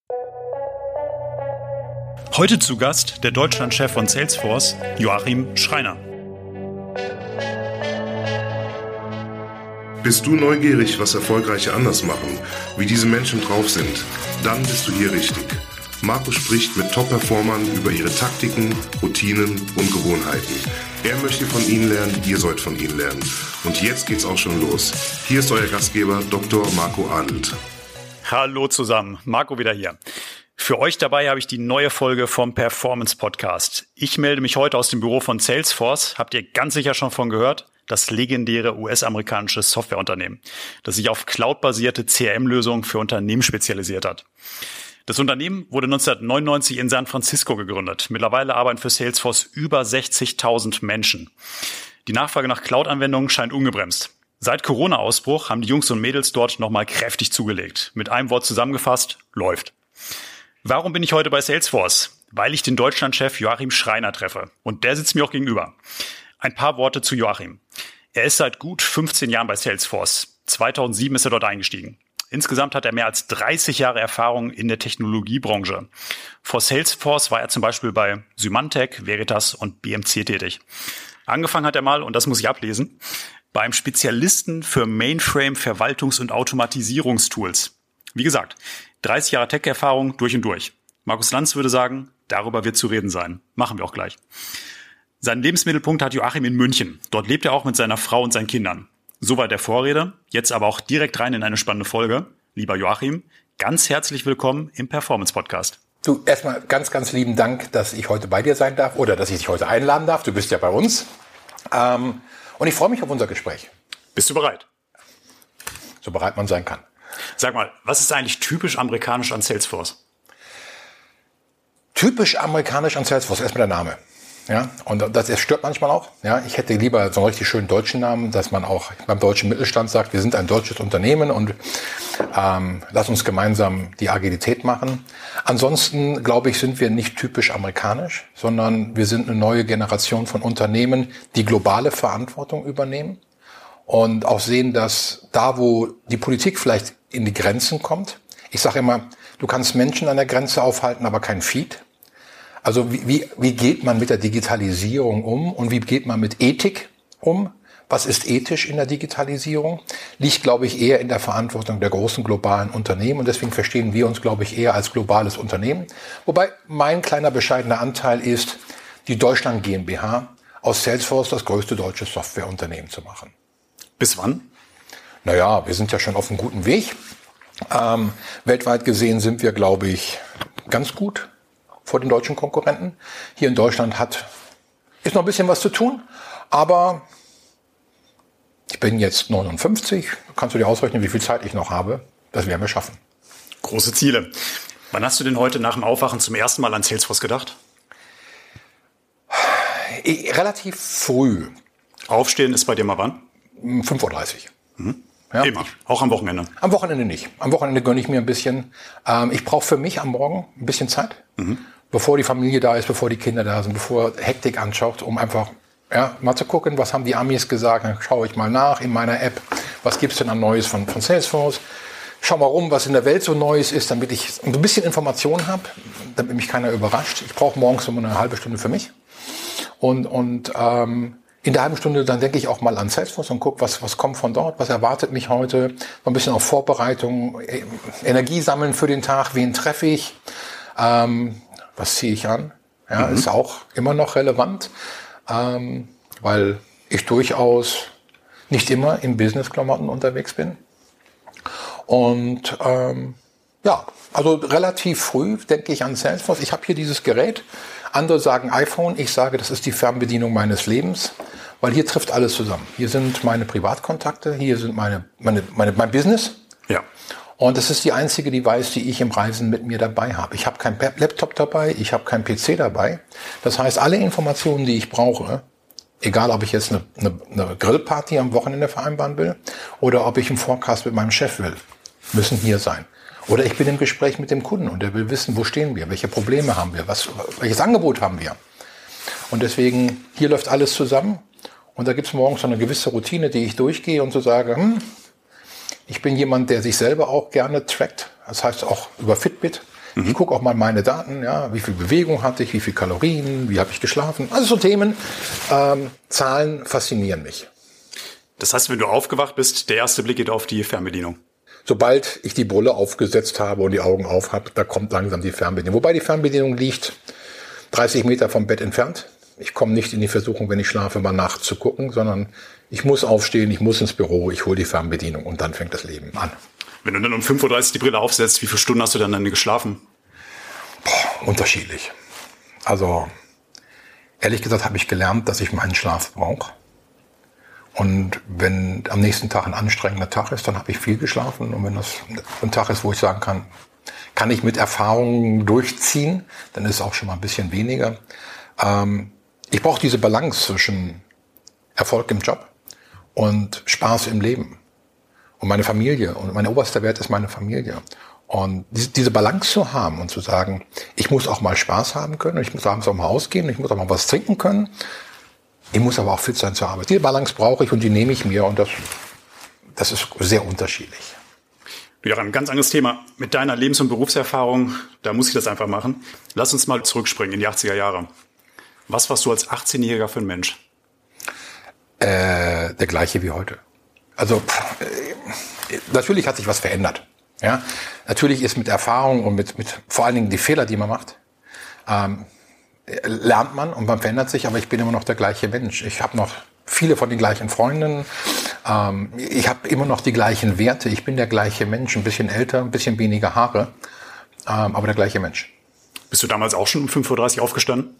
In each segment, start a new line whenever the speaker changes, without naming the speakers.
Heute zu Gast der Deutschlandchef von Salesforce, Joachim Schreiner.
Bist du neugierig, was Erfolgreiche anders machen, wie diese Menschen drauf sind? Dann bist du hier richtig. Marco spricht mit Top-Performern über ihre Taktiken, Routinen und Gewohnheiten. Er möchte von ihnen lernen, ihr sollt von ihnen lernen. Und jetzt geht's auch schon los. Hier ist euer Gastgeber Dr. Marco Adelt.
Hallo zusammen, Marco wieder hier. Für euch dabei habe ich die neue Folge vom Performance Podcast. Ich melde mich heute aus dem Büro von Salesforce. Habt ihr ganz sicher schon von gehört? Das legendäre US-amerikanische Softwareunternehmen, das sich auf cloudbasierte CRM-Lösungen für Unternehmen spezialisiert hat. Das Unternehmen wurde 1999 in San Francisco gegründet. Mittlerweile arbeiten für Salesforce über 60.000 Menschen. Die Nachfrage nach Cloud-Anwendungen scheint ungebremst. Seit Corona-Ausbruch haben die Jungs und Mädels dort nochmal kräftig zugelegt. Mit einem Wort zusammengefasst, läuft. Warum bin ich heute bei Salesforce? Weil ich den Deutschlandchef Joachim Schreiner treffe. Und der sitzt mir auch gegenüber. Ein paar Worte zu Joachim. Er ist seit gut 15 Jahren bei Salesforce. 2007 ist er dort eingestiegen. Insgesamt hat er mehr als 30 Jahre Erfahrung in der Technologiebranche. Vor Salesforce war er zum Beispiel bei Symantec, Veritas und BMC tätig. Angefangen hat er mal, und das muss ich ablesen, beim Spezialisten für Mainframe-Verwaltungs- und Automatisierungstools. Wie gesagt, 30 Jahre Tech-Erfahrung durch und durch. Markus Lanz würde sagen, darüber wird zu reden sein. Machen wir auch gleich. Seinen Lebensmittelpunkt hat Joachim in München. Dort lebt er auch mit seiner Frau und seinen Kindern. Soweit der Vorrede. Jetzt aber auch direkt rein in eine spannende Folge. Lieber Joachim, ganz herzlich willkommen im Performance Podcast.
Du, erstmal ganz, ganz lieben Dank, dass ich heute bei dir sein darf oder dass ich dich heute einladen darf. Du bist ja bei uns. Und ich freue mich auf unser Gespräch.
Bist du bereit?
So bereit man sein kann.
Sag mal, was ist eigentlich typisch amerikanisch an Salesforce?
Typisch amerikanisch an Salesforce, erstmal der Name. Ja, und das stört manchmal auch. Ja, ich hätte lieber so einen richtig schönen deutschen Namen, dass man auch beim deutschen Mittelstand sagt, wir sind ein deutsches Unternehmen und lass uns gemeinsam die Agilität machen. Ansonsten, glaube ich, sind wir nicht typisch amerikanisch, sondern wir sind eine neue Generation von Unternehmen, die globale Verantwortung übernehmen und auch sehen, dass da, wo die Politik vielleicht in die Grenzen kommt, ich sage immer, du kannst Menschen an der Grenze aufhalten, aber kein Feed. Also wie geht man mit der Digitalisierung um und wie geht man mit Ethik um? Was ist ethisch in der Digitalisierung? Liegt, glaube ich, eher in der Verantwortung der großen globalen Unternehmen. Und deswegen verstehen wir uns, glaube ich, eher als globales Unternehmen. Wobei mein kleiner bescheidener Anteil ist, die Deutschland GmbH aus Salesforce das größte deutsche Softwareunternehmen zu machen.
Bis wann?
Naja, wir sind ja schon auf einem guten Weg. Weltweit gesehen sind wir, glaube ich, ganz gut vor den deutschen Konkurrenten. Hier in Deutschland ist noch ein bisschen was zu tun, aber ich bin jetzt 59. Kannst du dir ausrechnen, wie viel Zeit ich noch habe? Das werden wir schaffen.
Große Ziele. Wann hast du denn heute nach dem Aufwachen zum ersten Mal an Salesforce gedacht?
Relativ früh.
Aufstehen ist bei dir mal wann?
5:30 Uhr.
Mhm. Ja, immer. Auch am Wochenende?
Am Wochenende nicht. Am Wochenende gönne ich mir ein bisschen. Ich brauche für mich am Morgen ein bisschen Zeit, bevor die Familie da ist, bevor die Kinder da sind, bevor Hektik anschaut, um einfach mal zu gucken, was haben die Amis gesagt. Dann schaue ich mal nach in meiner App, was gibt's denn an Neues von Salesforce. Schau mal rum, was in der Welt so Neues ist, damit ich ein bisschen Informationen habe, damit mich keiner überrascht. Ich brauche morgens so eine halbe Stunde für mich. Und in der halben Stunde dann denke ich auch mal an Salesforce und gucke, was kommt von dort, was erwartet mich heute. So ein bisschen auf Vorbereitung, Energie sammeln für den Tag, wen treffe ich, was ziehe ich an. Ja, ist auch immer noch relevant, weil ich durchaus nicht immer in Business-Klamotten unterwegs bin. Und also relativ früh denke ich an Salesforce. Ich habe hier dieses Gerät. Andere sagen iPhone. Ich sage, das ist die Fernbedienung meines Lebens, weil hier trifft alles zusammen. Hier sind meine Privatkontakte, hier sind mein Business. Ja. Und das ist die einzige Device, die ich im Reisen mit mir dabei habe. Ich habe keinen Laptop dabei, ich habe keinen PC dabei. Das heißt, alle Informationen, die ich brauche, egal ob ich jetzt eine Grillparty am Wochenende vereinbaren will oder ob ich einen Forecast mit meinem Chef will, müssen hier sein. Oder ich bin im Gespräch mit dem Kunden und der will wissen, wo stehen wir, welche Probleme haben wir, welches Angebot haben wir. Und deswegen, hier läuft alles zusammen und da gibt es morgens so eine gewisse Routine, die ich durchgehe und so sage, ich bin jemand, der sich selber auch gerne trackt, das heißt auch über Fitbit. Ich gucke auch mal meine Daten, ja, wie viel Bewegung hatte ich, wie viel Kalorien, wie habe ich geschlafen. Also so Themen, Zahlen faszinieren mich.
Das heißt, wenn du aufgewacht bist, der erste Blick geht auf die Fernbedienung.
Sobald ich die Brille aufgesetzt habe und die Augen auf habe, da kommt langsam die Fernbedienung. Wobei die Fernbedienung liegt 30 Meter vom Bett entfernt. Ich komme nicht in die Versuchung, wenn ich schlafe, mal nachzugucken, sondern ich muss aufstehen, ich muss ins Büro, ich hole die Fernbedienung und dann fängt das Leben an.
Wenn du dann um 5:30 Uhr die Brille aufsetzt, wie viele Stunden hast du dann geschlafen?
Unterschiedlich. Also ehrlich gesagt habe ich gelernt, dass ich meinen Schlaf brauche. Und wenn am nächsten Tag ein anstrengender Tag ist, dann habe ich viel geschlafen. Und wenn das ein Tag ist, wo ich sagen kann ich mit Erfahrung durchziehen, dann ist es auch schon mal ein bisschen weniger. Ich brauche diese Balance zwischen Erfolg im Job und Spaß im Leben. Und meine Familie. Und mein oberster Wert ist meine Familie. Und diese Balance zu haben und zu sagen, ich muss auch mal Spaß haben können, ich muss abends auch mal ausgehen, ich muss auch mal was trinken können. Ich muss aber auch fit sein zur Arbeit. Diese Balance brauche ich und die nehme ich mir und das ist sehr unterschiedlich.
Ja, ein ganz anderes Thema. Mit deiner Lebens- und Berufserfahrung, da muss ich das einfach machen. Lass uns mal zurückspringen in die 80er Jahre. Was warst du als 18-Jähriger für ein Mensch?
Der gleiche wie heute. Also natürlich hat sich was verändert. Ja, natürlich ist mit Erfahrung und mit vor allen Dingen die Fehler, die man macht, lernt man und man verändert sich, aber ich bin immer noch der gleiche Mensch. Ich habe noch viele von den gleichen Freunden. Ich habe immer noch die gleichen Werte. Ich bin der gleiche Mensch, ein bisschen älter, ein bisschen weniger Haare, aber der gleiche Mensch.
Bist du damals auch schon um 5:30 Uhr aufgestanden?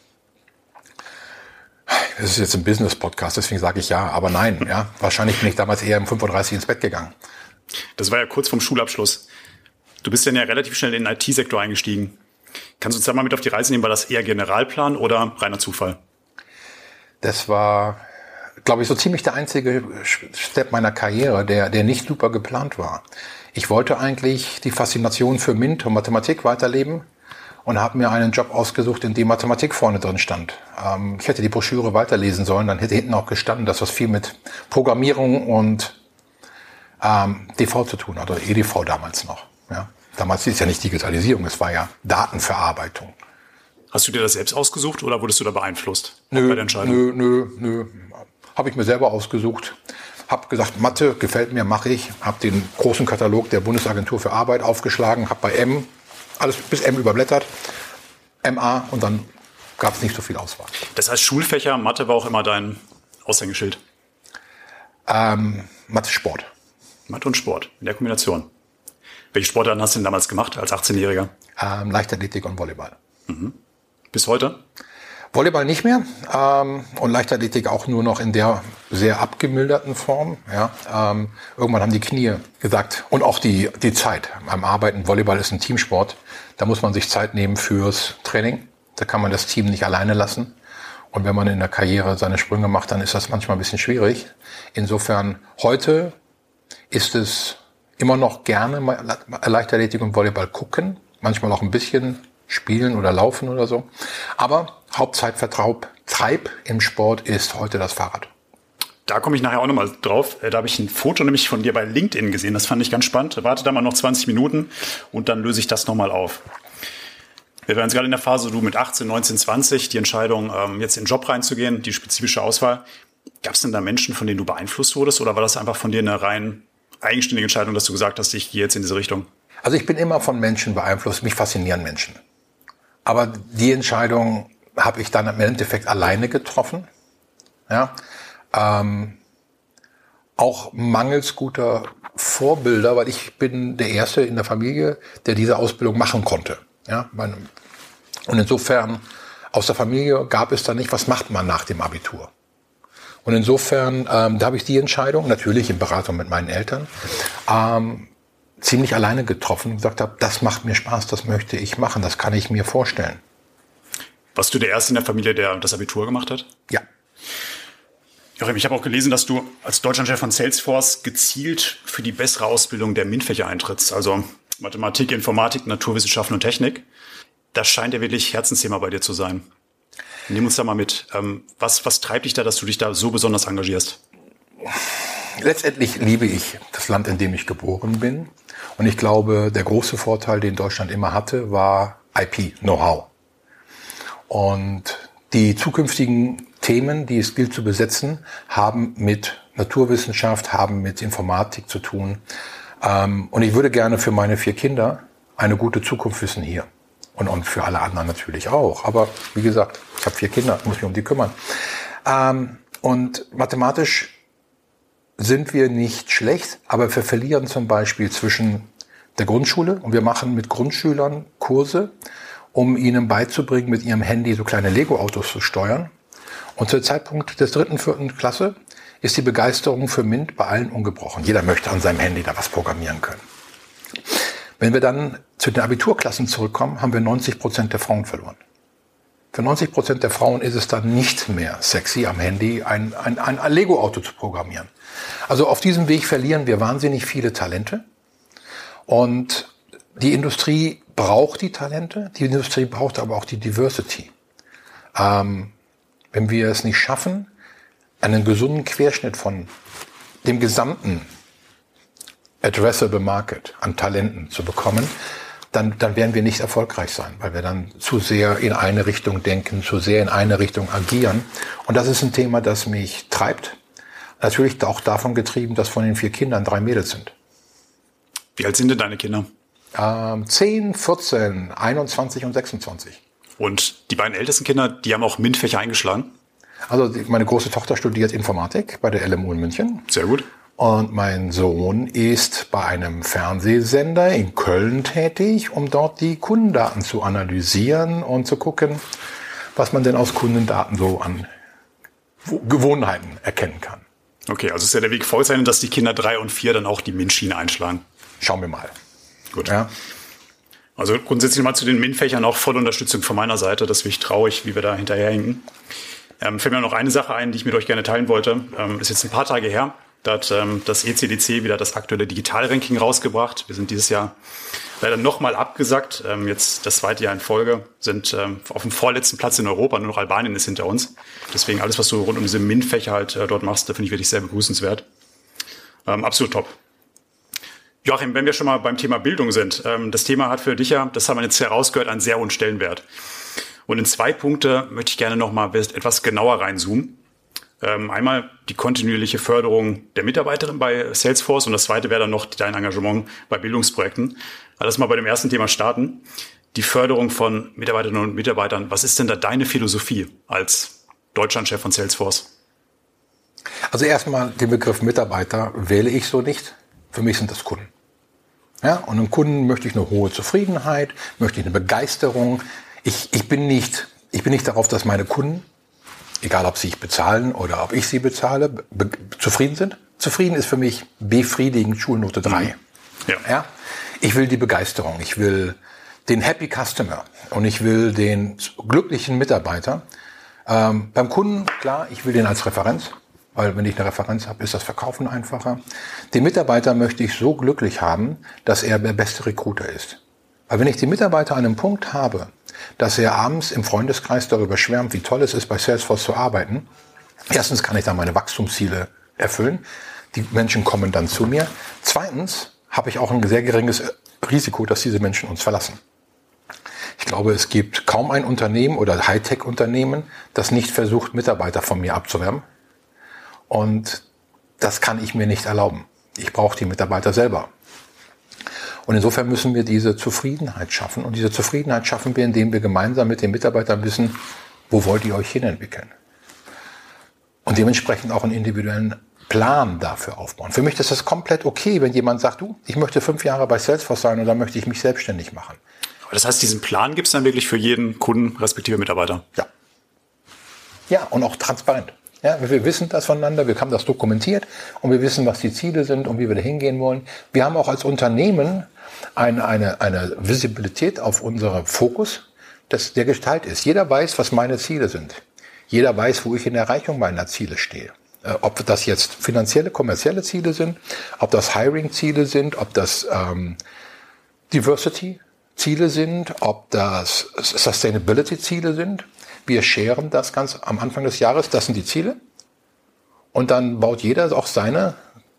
Das ist jetzt ein Business-Podcast, deswegen sage ich ja, aber nein. Ja, wahrscheinlich bin ich damals eher um 5:30 Uhr ins Bett gegangen.
Das war ja kurz vorm Schulabschluss. Du bist dann ja relativ schnell in den IT-Sektor eingestiegen. Kannst du uns da mal mit auf die Reise nehmen? War das eher Generalplan oder reiner Zufall?
Das war, glaube ich, so ziemlich der einzige Step meiner Karriere, der nicht super geplant war. Ich wollte eigentlich die Faszination für MINT und Mathematik weiterleben und habe mir einen Job ausgesucht, in dem Mathematik vorne drin stand. Ich hätte die Broschüre weiterlesen sollen, dann hätte hinten auch gestanden, dass das viel mit Programmierung und DV zu tun hat, oder EDV damals noch. Ja. Damals ist ja nicht Digitalisierung, es war ja Datenverarbeitung.
Hast du dir das selbst ausgesucht oder wurdest du da beeinflusst bei der Entscheidung?
Nö. Habe ich mir selber ausgesucht. Habe gesagt, Mathe gefällt mir, mache ich. Habe den großen Katalog der Bundesagentur für Arbeit aufgeschlagen, habe bei M, alles bis M überblättert, MA und dann gab es nicht so viel Auswahl.
Das heißt, Schulfächer, Mathe war auch immer dein Aushängeschild?
Mathe, Sport.
Mathe und Sport, in der Kombination. Welche Sportarten hast du denn damals gemacht als 18-Jähriger?
Leichtathletik und Volleyball.
Bis heute?
Volleyball nicht mehr und Leichtathletik auch nur noch in der sehr abgemilderten Form. Ja. Irgendwann haben die Knie gesagt und auch die Zeit beim Arbeiten. Volleyball ist ein Teamsport. Da muss man sich Zeit nehmen fürs Training. Da kann man das Team nicht alleine lassen. Und wenn man in der Karriere seine Sprünge macht, dann ist das manchmal ein bisschen schwierig. Insofern heute ist es immer noch gerne Leichtathletik und Volleyball gucken. Manchmal auch ein bisschen spielen oder laufen oder so. Aber Hauptzeitvertreib im Sport ist heute das Fahrrad.
Da komme ich nachher auch nochmal drauf. Da habe ich ein Foto nämlich von dir bei LinkedIn gesehen. Das fand ich ganz spannend. Warte da mal noch 20 Minuten und dann löse ich das nochmal auf. Wir waren jetzt gerade in der Phase, du mit 18, 19, 20, die Entscheidung, jetzt in den Job reinzugehen, die spezifische Auswahl. Gab es denn da Menschen, von denen du beeinflusst wurdest? Oder war das einfach von dir eine rein eigenständige Entscheidung, dass du gesagt hast, ich gehe jetzt in diese Richtung?
Also ich bin immer von Menschen beeinflusst. Mich faszinieren Menschen. Aber die Entscheidung habe ich dann im Endeffekt alleine getroffen. Ja, auch mangels guter Vorbilder, weil ich bin der Erste in der Familie, der diese Ausbildung machen konnte. Ja, und insofern aus der Familie gab es da nicht, was macht man nach dem Abitur. Und insofern, da habe ich die Entscheidung, natürlich in Beratung mit meinen Eltern, ziemlich alleine getroffen und gesagt habe, das macht mir Spaß, das möchte ich machen, das kann ich mir vorstellen.
Warst du der Erste in der Familie, der das Abitur gemacht hat?
Ja.
Joachim, ich habe auch gelesen, dass du als Deutschlandchef von Salesforce gezielt für die bessere Ausbildung der MINT-Fächer eintrittst, also Mathematik, Informatik, Naturwissenschaften und Technik. Das scheint ja wirklich Herzensthema bei dir zu sein. Nimm uns da mal mit. Was treibt dich da, dass du dich da so besonders engagierst?
letztendlich liebe ich das Land, in dem ich geboren bin. Und ich glaube, der große Vorteil, den Deutschland immer hatte, war IP, Know-how. Und die zukünftigen Themen, die es gilt zu besetzen, haben mit Naturwissenschaft, haben mit Informatik zu tun. Und ich würde gerne für meine 4 Kinder eine gute Zukunft wissen hier. Und für alle anderen natürlich auch. Aber wie gesagt, ich habe 4 Kinder, muss mich um die kümmern. Und mathematisch sind wir nicht schlecht, aber wir verlieren zum Beispiel zwischen der Grundschule und wir machen mit Grundschülern Kurse, um ihnen beizubringen, mit ihrem Handy so kleine Lego-Autos zu steuern. Und zu Zeitpunkt des 3., 4. Klasse ist die Begeisterung für MINT bei allen ungebrochen. Jeder möchte an seinem Handy da was programmieren können. Wenn wir dann zu den Abiturklassen zurückkommen, haben wir 90% der Frauen verloren. Für 90% der Frauen ist es dann nicht mehr sexy, am Handy ein Lego-Auto zu programmieren. Also auf diesem Weg verlieren wir wahnsinnig viele Talente. Und die Industrie braucht die Talente, die Industrie braucht aber auch die Diversity. Wenn wir es nicht schaffen, einen gesunden Querschnitt von dem gesamten addressable market an Talenten zu bekommen, dann werden wir nicht erfolgreich sein, weil wir dann zu sehr in eine Richtung denken, zu sehr in eine Richtung agieren. Und das ist ein Thema, das mich treibt. Natürlich auch davon getrieben, dass von den 4 Kindern 3 Mädels sind.
Wie alt sind denn deine Kinder?
10, 14, 21 und 26.
Und die beiden ältesten Kinder, die haben auch MINT-Fächer eingeschlagen?
Also meine große Tochter studiert Informatik bei der LMU in München.
Sehr gut.
Und mein Sohn ist bei einem Fernsehsender in Köln tätig, um dort die Kundendaten zu analysieren und zu gucken, was man denn aus Kundendaten so an Gewohnheiten erkennen kann.
Okay, also ist ja der Weg vollzeichnen, dass die Kinder 3 und 4 dann auch die MINT-Schiene einschlagen.
Schauen wir mal.
Gut.
Ja.
Also grundsätzlich mal zu den MINT-Fächern auch volle Unterstützung von meiner Seite. Das ist wirklich traurig, wie wir da hinterherhinken. Fällt mir noch eine Sache ein, die ich mit euch gerne teilen wollte. Ist jetzt ein paar Tage her. Da hat das ECDC wieder das aktuelle Digital-Ranking rausgebracht. Wir sind dieses Jahr leider nochmal abgesackt. Jetzt das 2. Jahr in Folge, sind auf dem vorletzten Platz in Europa. Nur noch Albanien ist hinter uns. Deswegen alles, was du rund um diese MINT-Fächer halt dort machst, da finde ich wirklich sehr begrüßenswert. Absolut top. Joachim, wenn wir schon mal beim Thema Bildung sind. Das Thema hat für dich ja, das haben wir jetzt herausgehört, einen sehr hohen Stellenwert. Und in 2 Punkte möchte ich gerne noch mal etwas genauer reinzoomen. Einmal die kontinuierliche Förderung der Mitarbeiterin bei Salesforce und das zweite wäre dann noch dein Engagement bei Bildungsprojekten. Lass mal bei dem ersten Thema starten. Die Förderung von Mitarbeiterinnen und Mitarbeitern. Was ist denn da deine Philosophie als Deutschlandchef von Salesforce?
Also erstmal den Begriff Mitarbeiter wähle ich so nicht. Für mich sind das Kunden. Ja, und im Kunden möchte ich eine hohe Zufriedenheit, möchte ich eine Begeisterung. Ich bin nicht darauf, dass meine Kunden, egal ob sie sich bezahlen oder ob ich sie bezahle, zufrieden sind. Zufrieden ist für mich befriedigend, Schulnote 3. Ja. Ich will die Begeisterung, ich will den Happy Customer und ich will den glücklichen Mitarbeiter. Beim Kunden, klar, ich will den als Referenz, weil wenn ich eine Referenz habe, ist das Verkaufen einfacher. Den Mitarbeiter möchte ich so glücklich haben, dass er der beste Recruiter ist. Weil wenn ich den Mitarbeiter an einem Punkt habe, dass er abends im Freundeskreis darüber schwärmt, wie toll es ist, bei Salesforce zu arbeiten. Erstens kann ich dann meine Wachstumsziele erfüllen. Die Menschen kommen dann zu mir. Zweitens habe ich auch ein sehr geringes Risiko, dass diese Menschen uns verlassen. Ich glaube, es gibt kaum ein Unternehmen oder Hightech-Unternehmen, das nicht versucht, Mitarbeiter von mir abzuwerben. Und das kann ich mir nicht erlauben. Ich brauche die Mitarbeiter selber. Und insofern müssen wir diese Zufriedenheit schaffen. Und diese Zufriedenheit schaffen wir, indem wir gemeinsam mit den Mitarbeitern wissen, wo wollt ihr euch hinentwickeln. Und dementsprechend auch einen individuellen Plan dafür aufbauen. Für mich ist das komplett okay, wenn jemand sagt, du, ich möchte 5 Jahre bei Salesforce sein und dann möchte ich mich selbstständig machen.
Aber das heißt, diesen Plan gibt es dann wirklich für jeden Kunden respektive Mitarbeiter?
Ja. Ja, und auch transparent. Ja, wir wissen das voneinander, wir haben das dokumentiert und wir wissen, was die Ziele sind und wie wir da hingehen wollen. Wir haben auch als Unternehmen eine Visibilität auf unseren Fokus, der geteilt ist. Jeder weiß, was meine Ziele sind. Jeder weiß, wo ich in der Erreichung meiner Ziele stehe. Ob das jetzt finanzielle, kommerzielle Ziele sind, ob das Hiring-Ziele sind, ob das Diversity-Ziele sind, ob das Sustainability-Ziele sind. Wir scheren das ganz am Anfang des Jahres, das sind die Ziele. Und dann baut jeder auch seine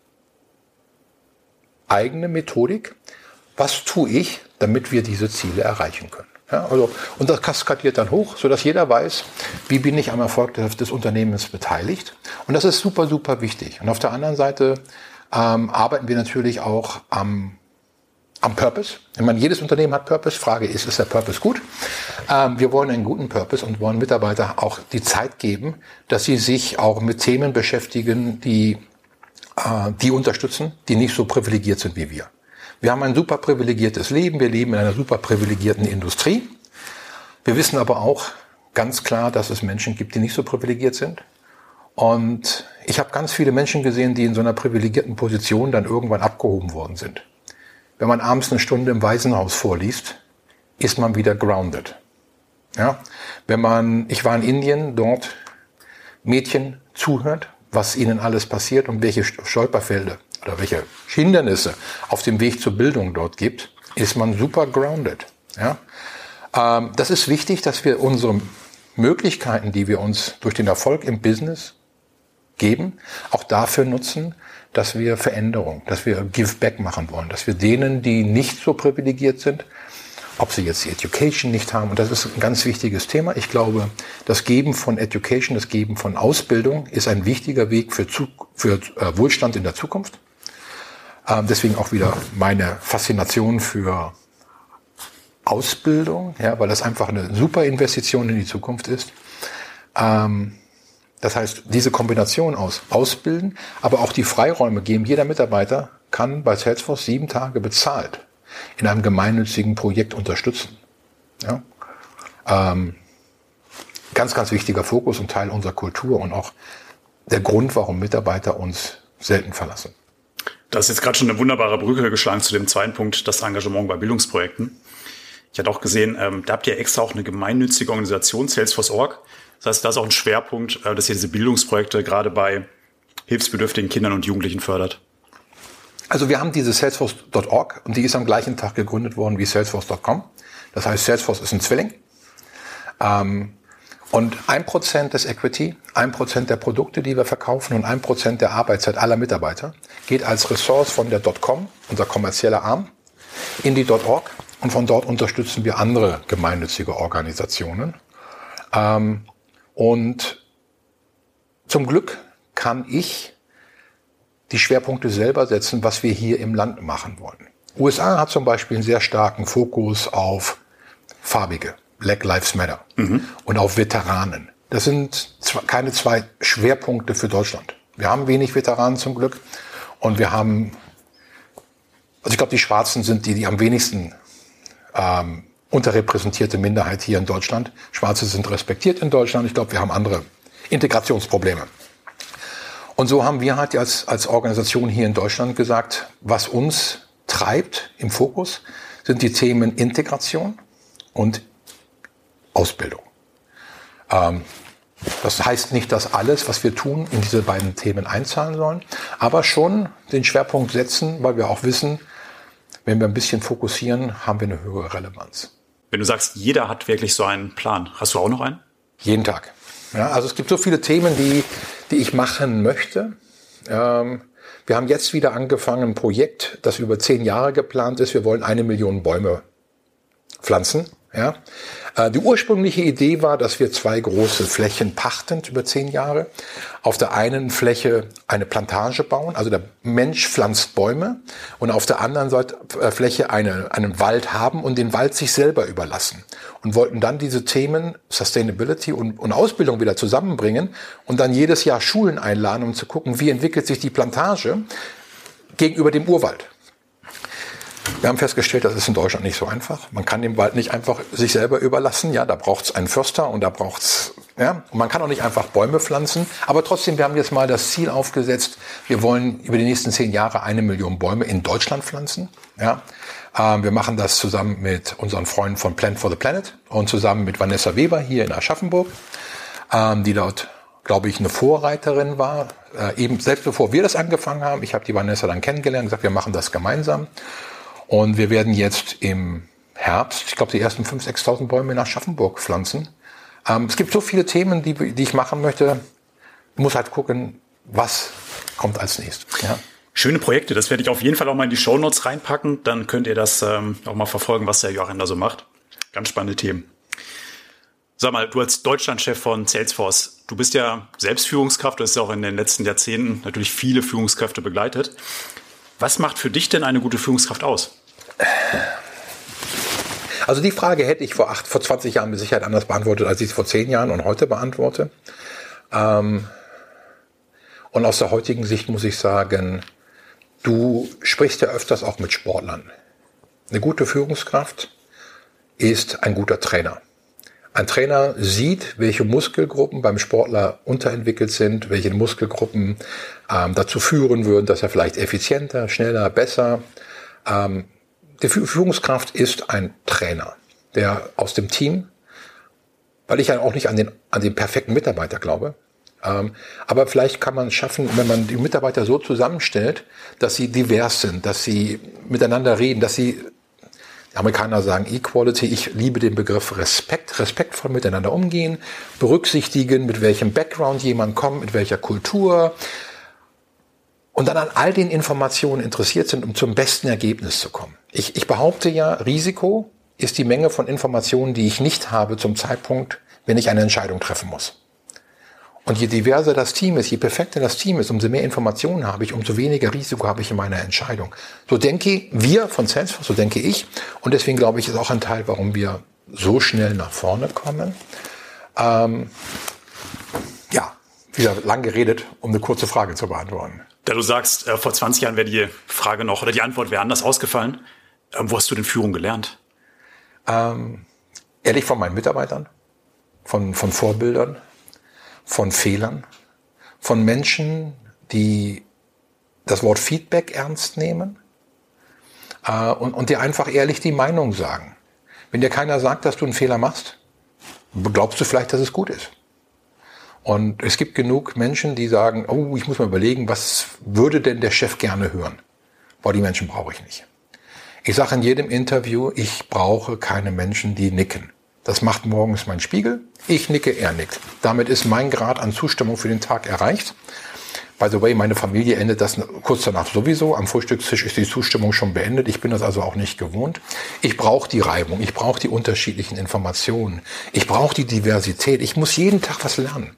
eigene Methodik. Was tue ich, damit wir diese Ziele erreichen können? Ja, also, und das kaskadiert dann hoch, sodass jeder weiß, wie bin ich am Erfolg des Unternehmens beteiligt. Und das ist super, super wichtig. Und auf der anderen Seite arbeiten wir natürlich auch am Purpose. Ich meine, jedes Unternehmen hat Purpose. Frage ist der Purpose gut? Wir wollen einen guten Purpose und wollen Mitarbeiter auch die Zeit geben, dass sie sich auch mit Themen beschäftigen, die unterstützen, die nicht so privilegiert sind wie wir. Wir haben ein super privilegiertes Leben. Wir leben in einer super privilegierten Industrie. Wir wissen aber auch ganz klar, dass es Menschen gibt, die nicht so privilegiert sind. Und ich habe ganz viele Menschen gesehen, die in so einer privilegierten Position dann irgendwann abgehoben worden sind. Wenn man abends eine Stunde im Waisenhaus vorliest, ist man wieder grounded. Ja? Ich war in Indien, dort Mädchen zuhört, was ihnen alles passiert und welche Stolperfelder oder welche Hindernisse auf dem Weg zur Bildung dort gibt, ist man super grounded. Ja? Das ist wichtig, dass wir unsere Möglichkeiten, die wir uns durch den Erfolg im Business geben, auch dafür nutzen, dass wir Veränderung, dass wir Give Back machen wollen, dass wir denen, die nicht so privilegiert sind, ob sie jetzt die Education nicht haben, und das ist ein ganz wichtiges Thema. Ich glaube, das Geben von Education, das Geben von Ausbildung ist ein wichtiger Weg für Wohlstand in der Zukunft. Deswegen auch wieder meine Faszination für Ausbildung, ja, weil das einfach eine super Investition in die Zukunft ist. Das heißt, diese Kombination aus Ausbilden, aber auch die Freiräume geben. Jeder Mitarbeiter kann bei Salesforce 7 Tage bezahlt in einem gemeinnützigen Projekt unterstützen. Ja? Ganz, ganz wichtiger Fokus und Teil unserer Kultur und auch der Grund, warum Mitarbeiter uns selten verlassen.
Du hast jetzt gerade schon eine wunderbare Brücke geschlagen zu dem zweiten Punkt, das Engagement bei Bildungsprojekten. Ich hatte auch gesehen, da habt ihr extra auch eine gemeinnützige Organisation, Salesforce.org. Das heißt, da ist auch ein Schwerpunkt, dass ihr diese Bildungsprojekte gerade bei hilfsbedürftigen Kindern und Jugendlichen fördert.
Also wir haben diese Salesforce.org und die ist am gleichen Tag gegründet worden wie Salesforce.com. Das heißt, Salesforce ist ein Zwilling. Und 1% des Equity, 1% der Produkte, die wir verkaufen und 1% der Arbeitszeit aller Mitarbeiter geht als Ressource von der .com, unser kommerzieller Arm, in die .org. Und von dort unterstützen wir andere gemeinnützige Organisationen. Und zum Glück kann ich die Schwerpunkte selber setzen, was wir hier im Land machen wollen. USA hat zum Beispiel einen sehr starken Fokus auf Farbige, Black Lives Matter, und auf Veteranen. Das sind keine zwei Schwerpunkte für Deutschland. Wir haben wenig Veteranen zum Glück und wir haben, also ich glaube, die Schwarzen sind die am wenigsten unterrepräsentierte Minderheit hier in Deutschland. Schwarze sind respektiert in Deutschland. Ich glaube, wir haben andere Integrationsprobleme. Und so haben wir halt als Organisation hier in Deutschland gesagt, was uns treibt im Fokus, sind die Themen Integration und Ausbildung. Das heißt nicht, dass alles, was wir tun, in diese beiden Themen einzahlen sollen, aber schon den Schwerpunkt setzen, weil wir auch wissen, wenn wir ein bisschen fokussieren, haben wir eine höhere Relevanz.
Wenn du sagst, jeder hat wirklich so einen Plan, hast du auch noch einen?
Jeden Tag. Ja, also es gibt so viele Themen, die ich machen möchte. Wir haben jetzt wieder angefangen, ein Projekt, das über 10 Jahre geplant ist. Wir wollen 1 Million Bäume pflanzen. Ja. Die ursprüngliche Idee war, dass wir 2 große Flächen pachtend über 10 Jahre. Auf der einen Fläche eine Plantage bauen, also der Mensch pflanzt Bäume, und auf der anderen Fläche einen Wald haben und den Wald sich selber überlassen. Und wollten dann diese Themen Sustainability und Ausbildung wieder zusammenbringen und dann jedes Jahr Schulen einladen, um zu gucken, wie entwickelt sich die Plantage gegenüber dem Urwald. Wir haben festgestellt, das ist in Deutschland nicht so einfach. Man kann den Wald nicht einfach sich selber überlassen. Ja, da braucht's einen Förster und da braucht's, ja, und man kann auch nicht einfach Bäume pflanzen. Aber trotzdem, wir haben jetzt mal das Ziel aufgesetzt, wir wollen über die nächsten 10 Jahre 1 Million Bäume in Deutschland pflanzen. Ja, wir machen das zusammen mit unseren Freunden von Plant for the Planet und zusammen mit Vanessa Weber hier in Aschaffenburg, die dort, glaube ich, eine Vorreiterin war. Eben selbst bevor wir das angefangen haben, ich habe die Vanessa dann kennengelernt und gesagt, wir machen das gemeinsam. Und wir werden jetzt im Herbst, ich glaube, die ersten 5.000, 6.000 Bäume in Aschaffenburg pflanzen. Es gibt so viele Themen, die ich machen möchte. Ich muss halt gucken, was kommt als nächstes. Ja.
Schöne Projekte, das werde ich auf jeden Fall auch mal in die Shownotes reinpacken. Dann könnt ihr das auch mal verfolgen, was der Joachim da so macht. Ganz spannende Themen. Sag mal, du als Deutschlandchef von Salesforce, du bist ja selbst Führungskraft, du hast ja auch in den letzten Jahrzehnten natürlich viele Führungskräfte begleitet. Was macht für dich denn eine gute Führungskraft aus?
Also die Frage hätte ich vor 20 Jahren mit Sicherheit anders beantwortet, als ich es vor 10 Jahren und heute beantworte. Und aus der heutigen Sicht muss ich sagen, du sprichst ja öfters auch mit Sportlern. Eine gute Führungskraft ist ein guter Trainer. Ein Trainer sieht, welche Muskelgruppen beim Sportler unterentwickelt sind, welche Muskelgruppen dazu führen würden, dass er vielleicht effizienter, schneller, besser. Die Führungskraft ist ein Trainer, der aus dem Team, weil ich ja auch nicht an den perfekten Mitarbeiter glaube, aber vielleicht kann man es schaffen, wenn man die Mitarbeiter so zusammenstellt, dass sie divers sind, dass sie miteinander reden, dass sie, die Amerikaner sagen Equality, ich liebe den Begriff respektvoll miteinander umgehen, berücksichtigen, mit welchem Background jemand kommt, mit welcher Kultur und dann an all den Informationen interessiert sind, um zum besten Ergebnis zu kommen. Ich behaupte ja, Risiko ist die Menge von Informationen, die ich nicht habe zum Zeitpunkt, wenn ich eine Entscheidung treffen muss. Und je diverser das Team ist, je perfekter das Team ist, umso mehr Informationen habe ich, umso weniger Risiko habe ich in meiner Entscheidung. So denke wir von Salesforce, so denke ich. Und deswegen glaube ich, ist auch ein Teil, warum wir so schnell nach vorne kommen. Wieder lang geredet, um eine kurze Frage zu beantworten.
Da du sagst, vor 20 Jahren wäre die Frage noch, oder die Antwort wäre anders ausgefallen. Wo hast du denn Führung gelernt?
Ehrlich von meinen Mitarbeitern, von Vorbildern, von Fehlern, von Menschen, die das Wort Feedback ernst nehmen und dir einfach ehrlich die Meinung sagen. Wenn dir keiner sagt, dass du einen Fehler machst, glaubst du vielleicht, dass es gut ist. Und es gibt genug Menschen, die sagen, oh, ich muss mal überlegen, was würde denn der Chef gerne hören? Boah, die Menschen brauche ich nicht. Ich sage in jedem Interview, ich brauche keine Menschen, die nicken. Das macht morgens mein Spiegel. Ich nicke, er nickt. Damit ist mein Grad an Zustimmung für den Tag erreicht. By the way, meine Familie endet das kurz danach sowieso. Am Frühstückstisch ist die Zustimmung schon beendet. Ich bin das also auch nicht gewohnt. Ich brauche die Reibung. Ich brauche die unterschiedlichen Informationen. Ich brauche die Diversität. Ich muss jeden Tag was lernen.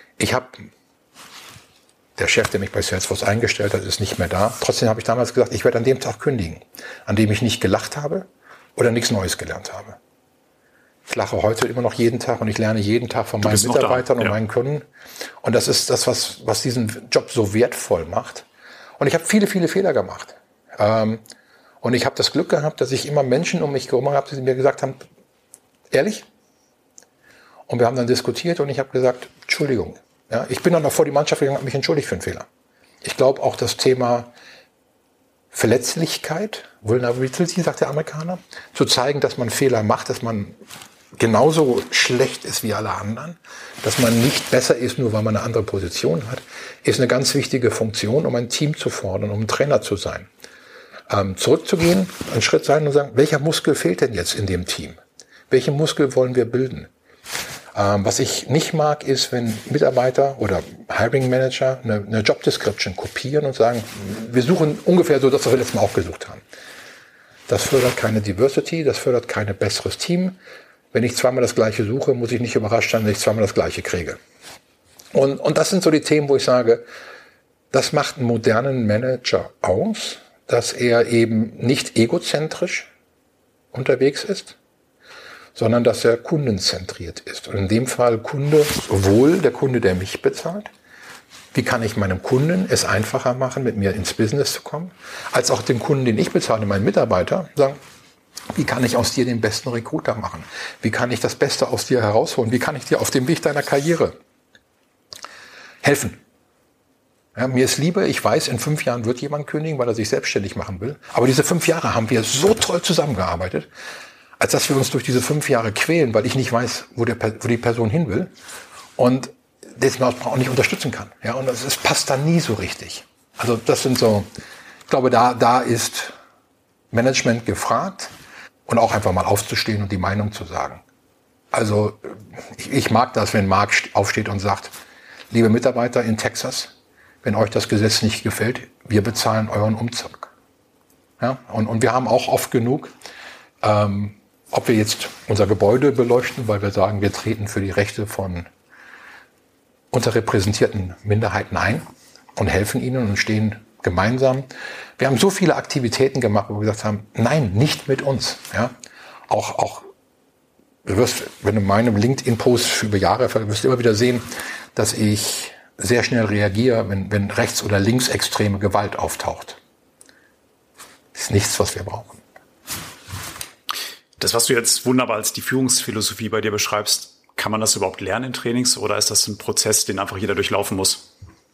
Der Chef, der mich bei Salesforce eingestellt hat, ist nicht mehr da. Trotzdem habe ich damals gesagt, ich werde an dem Tag kündigen, an dem ich nicht gelacht habe oder nichts Neues gelernt habe. Ich lache heute immer noch jeden Tag und ich lerne jeden Tag von meinen Mitarbeitern und meinen Kunden. Und das ist das, was diesen Job so wertvoll macht. Und ich habe viele, viele Fehler gemacht. Und ich habe das Glück gehabt, dass ich immer Menschen um mich herum habe, die mir gesagt haben, ehrlich? Und wir haben dann diskutiert und ich habe gesagt, Entschuldigung. Ja, ich bin dann noch vor die Mannschaft gegangen und habe mich entschuldigt für einen Fehler. Ich glaube auch das Thema Verletzlichkeit, Vulnerability, sagt der Amerikaner, zu zeigen, dass man Fehler macht, dass man genauso schlecht ist wie alle anderen, dass man nicht besser ist, nur weil man eine andere Position hat, ist eine ganz wichtige Funktion, um ein Team zu fordern, um ein Trainer zu sein. Zurückzugehen, einen Schritt sein und sagen, welcher Muskel fehlt denn jetzt in dem Team? Welchen Muskel wollen wir bilden? Was ich nicht mag, ist, wenn Mitarbeiter oder Hiring Manager eine Job Description kopieren und sagen, wir suchen ungefähr so, das, was wir letztes Mal auch gesucht haben. Das fördert keine Diversity, das fördert kein besseres Team. Wenn ich zweimal das Gleiche suche, muss ich nicht überrascht sein, wenn ich zweimal das Gleiche kriege. Und das sind so die Themen, wo ich sage, das macht einen modernen Manager aus, dass er eben nicht egozentrisch unterwegs ist, sondern dass er kundenzentriert ist. Und in dem Fall Kunde, sowohl der Kunde, der mich bezahlt, wie kann ich meinem Kunden es einfacher machen, mit mir ins Business zu kommen, als auch dem Kunden, den ich bezahle, meinen Mitarbeiter, sagen, wie kann ich aus dir den besten Recruiter machen? Wie kann ich das Beste aus dir herausholen? Wie kann ich dir auf dem Weg deiner Karriere helfen? Ja, mir ist lieber, ich weiß, in 5 Jahren wird jemand kündigen, weil er sich selbstständig machen will. Aber diese 5 Jahre haben wir so toll zusammengearbeitet, als dass wir uns durch diese 5 Jahre quälen, weil ich nicht weiß, wo die Person hin will und deswegen auch nicht unterstützen kann. Ja, und es passt dann nie so richtig. Also das sind so, ich glaube, da ist Management gefragt und auch einfach mal aufzustehen und die Meinung zu sagen. Also ich mag das, wenn Mark aufsteht und sagt, liebe Mitarbeiter in Texas, wenn euch das Gesetz nicht gefällt, wir bezahlen euren Umzug. Ja? Und wir haben auch oft genug, ob wir jetzt unser Gebäude beleuchten, weil wir sagen, wir treten für die Rechte von unterrepräsentierten Minderheiten ein und helfen ihnen und stehen gemeinsam. Wir haben so viele Aktivitäten gemacht, wo wir gesagt haben, nein, nicht mit uns. Ja? Auch du wirst, wenn du meinem LinkedIn-Post über Jahre wirst du immer wieder sehen, dass ich sehr schnell reagiere, wenn rechts- oder linksextreme Gewalt auftaucht. Das ist nichts, was wir brauchen.
Das, was du jetzt wunderbar als die Führungsphilosophie bei dir beschreibst, kann man das überhaupt lernen in Trainings oder ist das ein Prozess, den einfach jeder durchlaufen muss?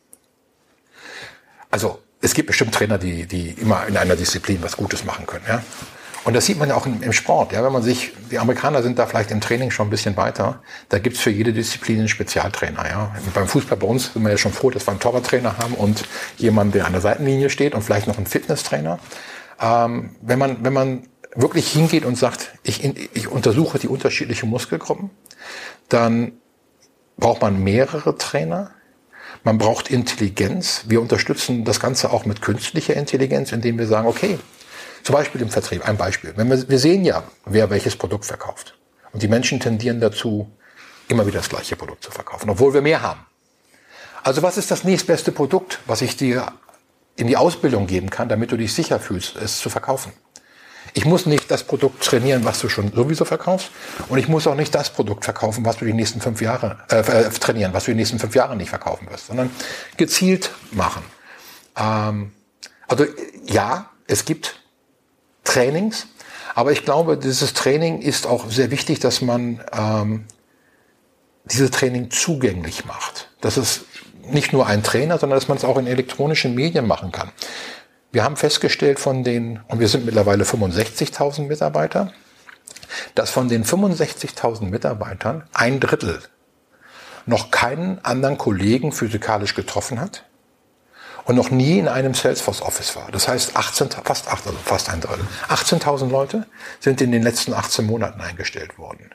Also es gibt bestimmt Trainer, die immer in einer Disziplin was Gutes machen können. Ja? Und das sieht man ja auch im Sport. Ja? Wenn man sich, die Amerikaner sind da vielleicht im Training schon ein bisschen weiter. Da gibt's für jede Disziplin einen Spezialtrainer. Ja? Beim Fußball bei uns sind wir ja schon froh, dass wir einen Torwarttrainer haben und jemanden, der an der Seitenlinie steht und vielleicht noch einen Fitnesstrainer. Wenn man wirklich hingeht und sagt, ich untersuche die unterschiedlichen Muskelgruppen, dann braucht man mehrere Trainer. Man braucht Intelligenz. Wir unterstützen das Ganze auch mit künstlicher Intelligenz, indem wir sagen, okay, zum Beispiel im Vertrieb, ein Beispiel. Wir sehen ja, wer welches Produkt verkauft. Und die Menschen tendieren dazu, immer wieder das gleiche Produkt zu verkaufen, obwohl wir mehr haben. Also was ist das nächstbeste Produkt, was ich dir in die Ausbildung geben kann, damit du dich sicher fühlst, es zu verkaufen? Ich muss nicht das Produkt trainieren, was du schon sowieso verkaufst. Und ich muss auch nicht das Produkt verkaufen, was du die nächsten 5 Jahre trainieren, was du die nächsten 5 Jahre nicht verkaufen wirst, sondern gezielt machen. Also ja, es gibt Trainings, aber ich glaube, dieses Training ist auch sehr wichtig, dass man dieses Training zugänglich macht. Das ist nicht nur ein Trainer, sondern dass man es auch in elektronischen Medien machen kann. Wir haben festgestellt und wir sind mittlerweile 65.000 Mitarbeiter, dass von den 65.000 Mitarbeitern 1/3 noch keinen anderen Kollegen physikalisch getroffen hat und noch nie in einem Salesforce Office war. Das heißt, fast 1/3. 18.000 Leute sind in den letzten 18 Monaten eingestellt worden.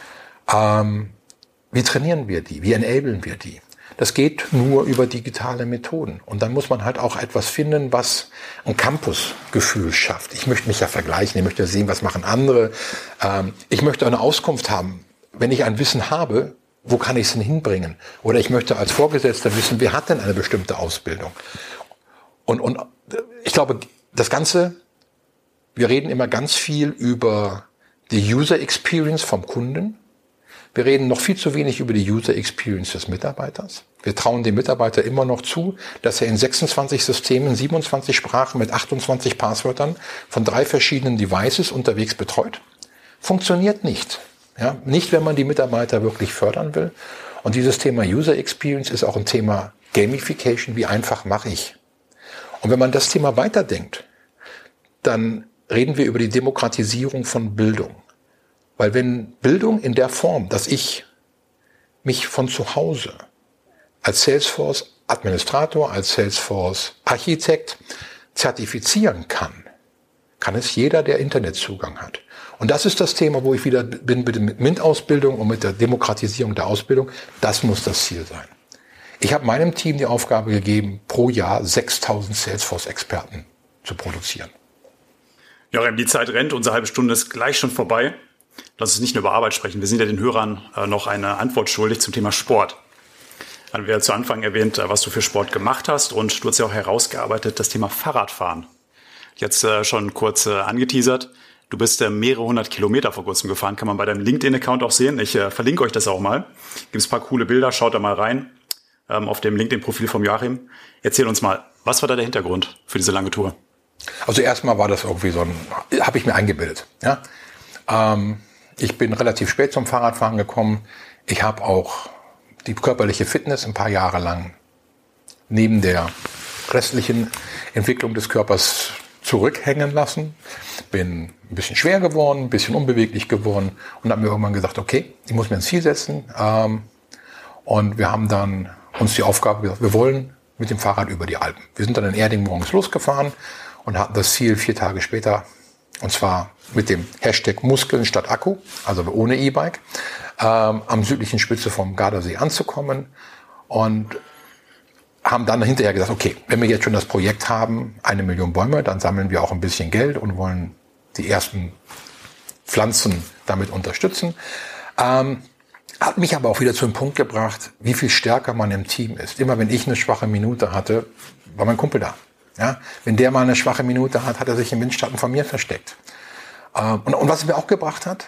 Wie trainieren wir die? Wie enablen wir die? Das geht nur über digitale Methoden. Und dann muss man halt auch etwas finden, was ein Campusgefühl schafft. Ich möchte mich ja vergleichen, ich möchte sehen, was machen andere. Ich möchte eine Auskunft haben. Wenn ich ein Wissen habe, wo kann ich es denn hinbringen? Oder ich möchte als Vorgesetzter wissen, wer hat denn eine bestimmte Ausbildung? Und ich glaube, das Ganze, wir reden immer ganz viel über die User Experience vom Kunden. Wir reden noch viel zu wenig über die User Experience des Mitarbeiters. Wir trauen dem Mitarbeiter immer noch zu, dass er in 26 Systemen, 27 Sprachen mit 28 Passwörtern von 3 verschiedenen Devices unterwegs betreut. Funktioniert nicht. Ja, nicht, wenn man die Mitarbeiter wirklich fördern will. Und dieses Thema User Experience ist auch ein Thema Gamification. Wie einfach mache ich? Und wenn man das Thema weiterdenkt, dann reden wir über die Demokratisierung von Bildung. Weil wenn Bildung in der Form, dass ich mich von zu Hause als Salesforce-Administrator, als Salesforce-Architekt zertifizieren kann, kann es jeder, der Internetzugang hat. Und das ist das Thema, wo ich wieder bin mit MINT-Ausbildung und mit der Demokratisierung der Ausbildung. Das muss das Ziel sein. Ich habe meinem Team die Aufgabe gegeben, pro Jahr 6.000 Salesforce-Experten zu produzieren.
Joachim, die Zeit rennt, unsere halbe Stunde ist gleich schon vorbei. Lass uns nicht nur über Arbeit sprechen. Wir sind ja den Hörern noch eine Antwort schuldig zum Thema Sport. Haben wir zu Anfang erwähnt, was du für Sport gemacht hast und du hast ja auch herausgearbeitet, das Thema Fahrradfahren. Jetzt schon kurz angeteasert. Du bist mehrere 100 Kilometer vor kurzem gefahren, kann man bei deinem LinkedIn-Account auch sehen. Ich verlinke euch das auch mal. Gibt es ein paar coole Bilder, schaut da mal rein auf dem LinkedIn-Profil vom Joachim. Erzähl uns mal, was war da der Hintergrund für diese lange Tour?
Also erstmal war das irgendwie habe ich mir eingebildet. Ja? Ich bin relativ spät zum Fahrradfahren gekommen. Ich habe auch die körperliche Fitness ein paar Jahre lang neben der restlichen Entwicklung des Körpers zurückhängen lassen. Bin ein bisschen schwer geworden, ein bisschen unbeweglich geworden und habe mir irgendwann gesagt, okay, ich muss mir ein Ziel setzen. Und wir haben dann uns die Aufgabe gesagt, wir wollen mit dem Fahrrad über die Alpen. Wir sind dann in Erding morgens losgefahren und hatten das Ziel 4 Tage später, und zwar mit dem Hashtag Muskeln statt Akku, also ohne E-Bike, am südlichen Spitze vom Gardasee anzukommen und haben dann hinterher gesagt, okay, wenn wir jetzt schon das Projekt haben, 1 Million Bäume, dann sammeln wir auch ein bisschen Geld und wollen die ersten Pflanzen damit unterstützen. Hat mich aber auch wieder zu dem Punkt gebracht, wie viel stärker man im Team ist. Immer wenn ich eine schwache Minute hatte, war mein Kumpel da. Ja? Wenn der mal eine schwache Minute hat, hat er sich im Windschatten von mir versteckt. Und was es mir auch gebracht hat,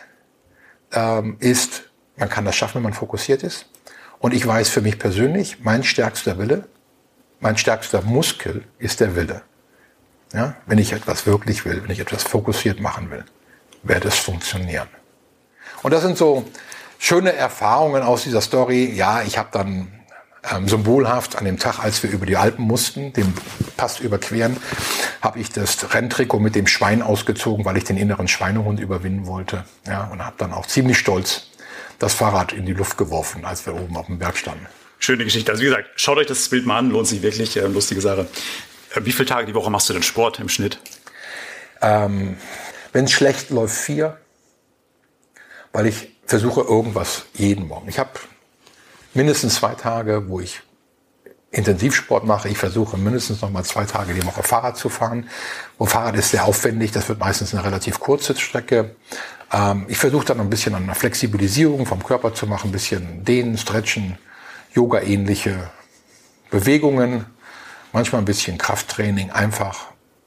ist, man kann das schaffen, wenn man fokussiert ist. Und ich weiß für mich persönlich, mein stärkster Wille, mein stärkster Muskel ist der Wille. Ja? Wenn ich etwas wirklich will, wenn ich etwas fokussiert machen will, wird es funktionieren. Und das sind so schöne Erfahrungen aus dieser Story. Ja, ich habe dann symbolhaft an dem Tag, als wir über die Alpen mussten, den Pass überqueren, habe ich das Renntrikot mit dem Schwein ausgezogen, weil ich den inneren Schweinehund überwinden wollte. Ja, und habe dann auch ziemlich stolz das Fahrrad in die Luft geworfen, als wir oben auf dem Berg standen.
Schöne Geschichte. Also wie gesagt, schaut euch das Bild mal an, lohnt sich wirklich, lustige Sache. Wie viele Tage die Woche machst du denn Sport im Schnitt?
Wenn es schlecht läuft, 4, weil ich versuche irgendwas jeden Morgen. Ich habe mindestens 2 Tage, wo ich Intensivsport mache. Ich versuche mindestens noch mal 2 Tage die Woche Fahrrad zu fahren. Und Fahrrad ist sehr aufwendig. Das wird meistens eine relativ kurze Strecke. Ich versuche dann ein bisschen an einer Flexibilisierung vom Körper zu machen. Ein bisschen Dehnen, Stretchen, Yoga-ähnliche Bewegungen. Manchmal ein bisschen Krafttraining. Einfach,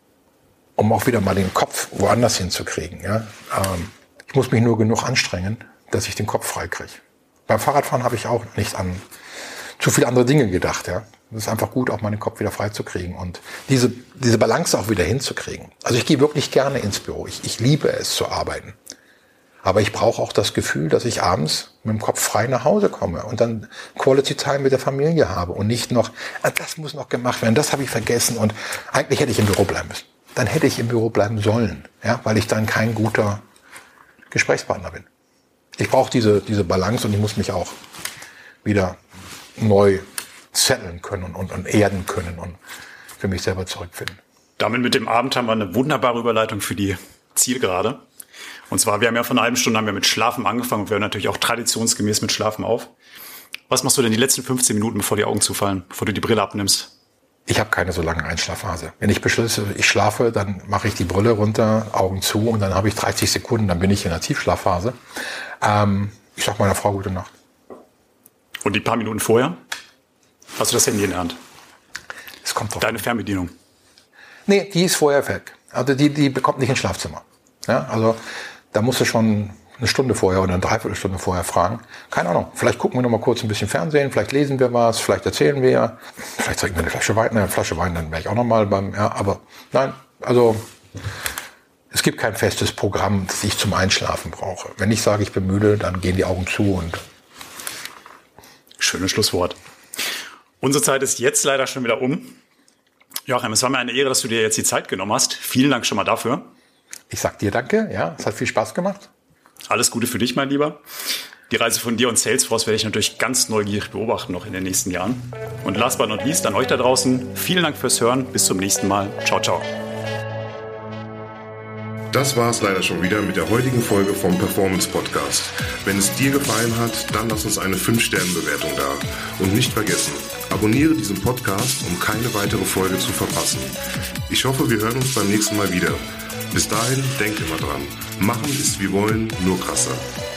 um auch wieder mal den Kopf woanders hinzukriegen. Ja? Ich muss mich nur genug anstrengen, dass ich den Kopf frei kriege. Beim Fahrradfahren habe ich auch nicht an zu viele andere Dinge gedacht. Ja. Es ist einfach gut, auch meinen Kopf wieder frei zu kriegen und diese Balance auch wieder hinzukriegen. Also ich gehe wirklich gerne ins Büro. Ich liebe es zu arbeiten. Aber ich brauche auch das Gefühl, dass ich abends mit dem Kopf frei nach Hause komme und dann Quality Time mit der Familie habe und nicht noch, das muss noch gemacht werden, das habe ich vergessen und eigentlich hätte ich im Büro bleiben müssen. Dann hätte ich im Büro bleiben sollen, ja, weil ich dann kein guter Gesprächspartner bin. Ich brauche diese Balance und ich muss mich auch wieder neu setteln können und erden können und für mich selber zurückfinden.
Damit mit dem Abend haben wir eine wunderbare Überleitung für die Zielgerade. Und zwar, wir haben ja vor einer halben Stunde mit Schlafen angefangen und wir hören natürlich auch traditionsgemäß mit Schlafen auf. Was machst du denn die letzten 15 Minuten, bevor die Augen zufallen, bevor du die Brille abnimmst?
Ich habe keine so lange Einschlafphase. Wenn ich beschließe, ich schlafe, dann mache ich die Brille runter, Augen zu und dann habe ich 30 Sekunden, dann bin ich in der Tiefschlafphase. Ich sage meiner Frau gute Nacht.
Und die paar Minuten vorher? Hast du das Handy in der Hand?
Es kommt drauf.
Deine Fernbedienung?
Nee, die ist vorher weg. Also die bekommt nicht ins Schlafzimmer. Ja, also da musst du schon eine Stunde vorher oder eine Dreiviertelstunde vorher fragen. Keine Ahnung, vielleicht gucken wir noch mal kurz ein bisschen Fernsehen, vielleicht lesen wir was, vielleicht erzählen wir, vielleicht trinken wir eine Flasche Wein. Eine Flasche Wein, dann wäre ich auch noch mal beim, ja, aber nein, also es gibt kein festes Programm, das ich zum Einschlafen brauche. Wenn ich sage, ich bin müde, dann gehen die Augen zu und...
Schönes Schlusswort. Unsere Zeit ist jetzt leider schon wieder um. Joachim, es war mir eine Ehre, dass du dir jetzt die Zeit genommen hast. Vielen Dank schon mal dafür.
Ich sag dir danke, ja, es hat viel Spaß gemacht.
Alles Gute für dich, mein Lieber. Die Reise von dir und Salesforce werde ich natürlich ganz neugierig beobachten noch in den nächsten Jahren. Und last but not least an euch da draußen, vielen Dank fürs Hören. Bis zum nächsten Mal. Ciao, ciao.
Das war es leider schon wieder mit der heutigen Folge vom Performance Podcast. Wenn es dir gefallen hat, dann lass uns eine 5-Sterne-Bewertung da. Und nicht vergessen, abonniere diesen Podcast, um keine weitere Folge zu verpassen. Ich hoffe, wir hören uns beim nächsten Mal wieder. Bis dahin, denk immer dran. Machen ist wie wollen, nur krasser.